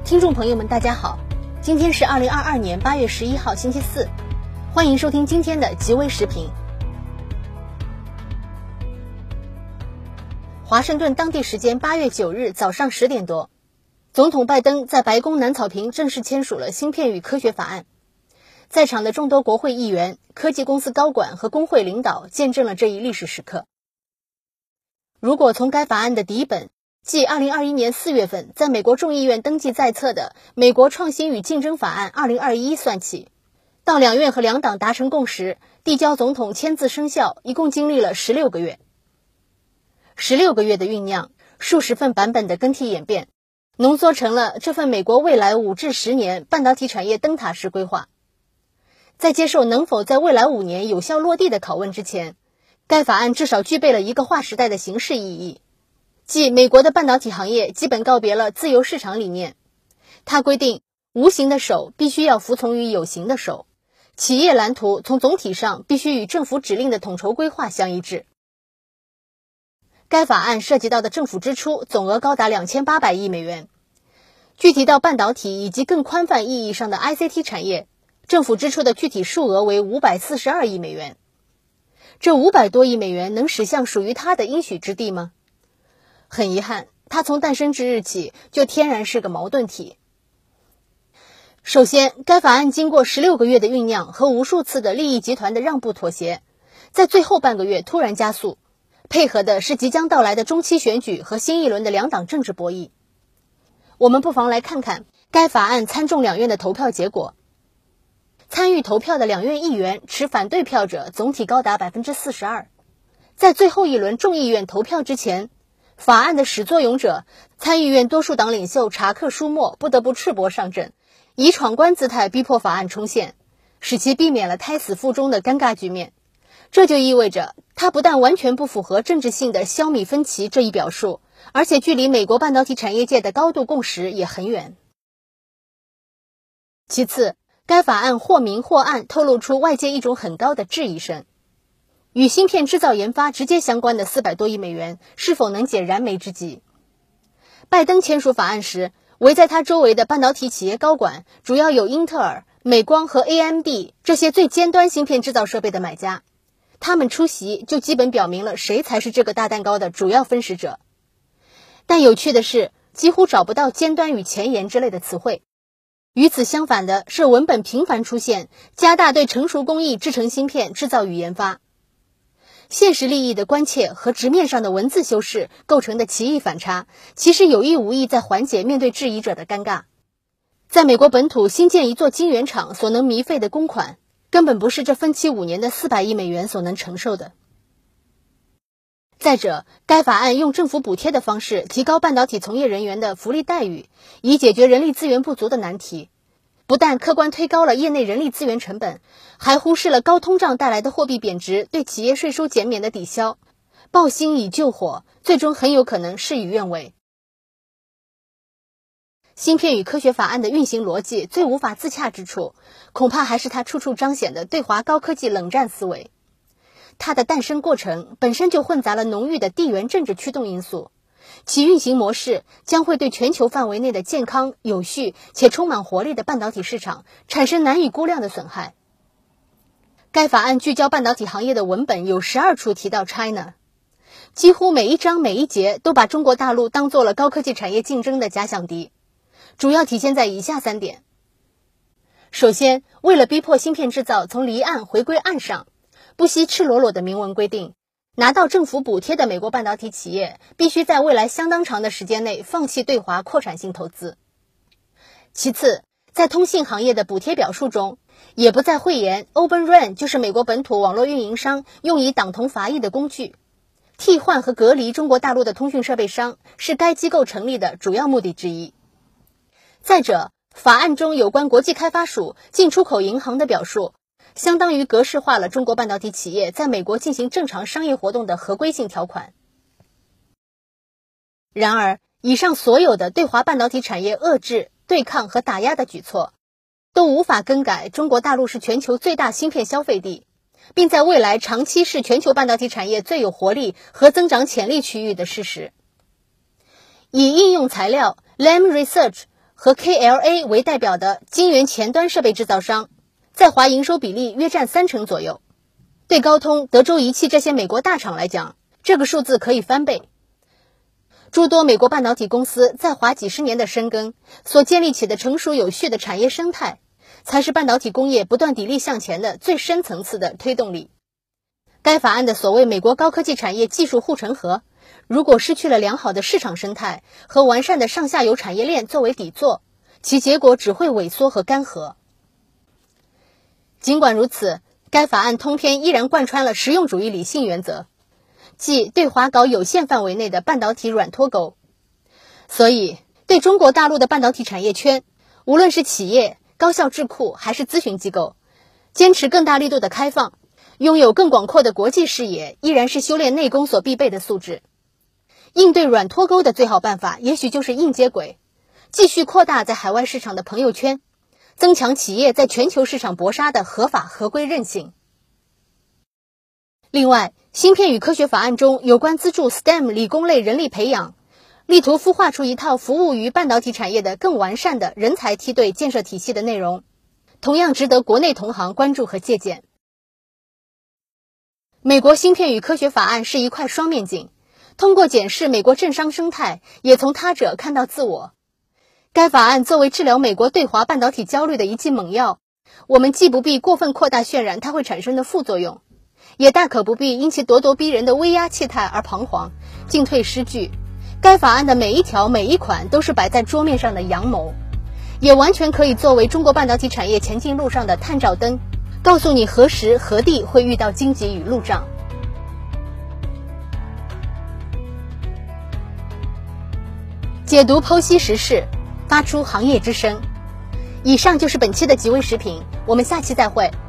听众朋友们，大家好，今天是2022年8月11号，星期四，欢迎收听今天的极微时评。华盛顿当地时间8月9日早上10点多，总统拜登在白宫南草坪正式签署了芯片与科学法案。在场的众多国会议员、科技公司高管和工会领导见证了这一历史时刻。如果从该法案的底本，即2021年4月份在美国众议院登记在册的《美国创新与竞争法案2021》算起，到两院和两党达成共识，递交总统签字生效，一共经历了16个月。16个月的酝酿，数十份版本的更替演变，浓缩成了这份美国未来5至10年半导体产业灯塔式规划。在接受能否在未来5年有效落地的拷问之前，该法案至少具备了一个划时代的形式意义，即美国的半导体行业基本告别了自由市场理念。它规定，无形的手必须要服从于有形的手，企业蓝图从总体上必须与政府指令的统筹规划相一致。该法案涉及到的政府支出总额高达2800亿美元，具体到半导体以及更宽泛意义上的 ICT 产业，政府支出的具体数额为542亿美元。这500多亿美元能驶向属于它的应许之地吗？很遗憾，它从诞生之日起就天然是个矛盾体。首先，该法案经过16个月的酝酿和无数次的利益集团的让步妥协，在最后半个月突然加速，配合的是即将到来的中期选举和新一轮的两党政治博弈。我们不妨来看看该法案参众两院的投票结果。参与投票的两院议员持反对票者总体高达 42%。 在最后一轮众议院投票之前，法案的始作俑者参议院多数党领袖查克·舒默不得不赤膊上阵，以闯关姿态逼迫法案冲线，使其避免了胎死腹中的尴尬局面。这就意味着他不但完全不符合政治性的消弭分歧这一表述，而且距离美国半导体产业界的高度共识也很远。其次，该法案或明或暗透露出外界一种很高的质疑声：与芯片制造研发直接相关的400多亿美元是否能解燃眉之急？拜登签署法案时，围在他周围的半导体企业高管主要有英特尔、美光和 AMD 这些最尖端芯片制造设备的买家，他们出席就基本表明了谁才是这个大蛋糕的主要分食者。但有趣的是，几乎找不到尖端与前沿之类的词汇。与此相反的是，文本频繁出现加大对成熟工艺制成芯片制造与研发。现实利益的关切和直面上的文字修饰构成的奇异反差，其实有意无意在缓解面对质疑者的尴尬。在美国本土新建一座晶圆厂所能糜费的公款，根本不是这分期5年的400亿美元所能承受的。再者，该法案用政府补贴的方式提高半导体从业人员的福利待遇，以解决人力资源不足的难题，不但客观推高了业内人力资源成本，还忽视了高通胀带来的货币贬值对企业税收减免的抵消，抱薪以救火，最终很有可能事与愿违。芯片与科学法案的运行逻辑最无法自洽之处，恐怕还是它处处彰显的对华高科技冷战思维。它的诞生过程本身就混杂了浓郁的地缘政治驱动因素，其运行模式将会对全球范围内的健康、有序且充满活力的半导体市场产生难以估量的损害。该法案聚焦半导体行业的文本有12处提到 China， 几乎每一章每一节都把中国大陆当做了高科技产业竞争的假想敌，主要体现在以下3点。首先，为了逼迫芯片制造从离岸回归岸上，不惜赤裸裸的明文规定，拿到政府补贴的美国半导体企业必须在未来相当长的时间内放弃对华扩产性投资。其次，在通信行业的补贴表述中，也不再讳言 Open RAN 就是美国本土网络运营商用以党同伐异的工具，替换和隔离中国大陆的通讯设备商是该机构成立的主要目的之一。再者，法案中有关国际开发署进出口银行的表述，相当于格式化了中国半导体企业在美国进行正常商业活动的合规性条款。然而，以上所有的对华半导体产业遏制、对抗和打压的举措，都无法更改中国大陆是全球最大芯片消费地，并在未来长期是全球半导体产业最有活力和增长潜力区域的事实。以应用材料 Lam Research 和 KLA 为代表的晶圆前端设备制造商，在华营收比例约占30%左右。对高通、德州仪器这些美国大厂来讲，这个数字可以翻倍。诸多美国半导体公司在华几十年的深耕所建立起的成熟有序的产业生态，才是半导体工业不断砥砺向前的最深层次的推动力。该法案的所谓美国高科技产业技术护城河，如果失去了良好的市场生态和完善的上下游产业链作为底座，其结果只会萎缩和干涸。尽管如此，该法案通篇依然贯穿了实用主义理性原则，即对华搞有限范围内的半导体软脱钩。所以，对中国大陆的半导体产业圈，无论是企业、高校智库还是咨询机构，坚持更大力度的开放，拥有更广阔的国际视野，依然是修炼内功所必备的素质。应对软脱钩的最好办法，也许就是硬接轨，继续扩大在海外市场的朋友圈，增强企业在全球市场搏杀的合法合规韧性。另外，芯片与科学法案中有关资助 STEM 理工类人力培养，力图孵化出一套服务于半导体产业的更完善的人才梯队建设体系的内容，同样值得国内同行关注和借鉴。美国芯片与科学法案是一块双面镜，通过检视美国政商生态，也从他者看到自我。该法案作为治疗美国对华半导体焦虑的一剂猛药，我们既不必过分扩大渲染它会产生的副作用，也大可不必因其咄咄逼人的威压气态而彷徨，进退失据。该法案的每一条每一款都是摆在桌面上的阳谋，也完全可以作为中国半导体产业前进路上的探照灯，告诉你何时何地会遇到荆棘与路障。解读剖析时事，发出行业之声。以上就是本期的极微时评，我们下期再会。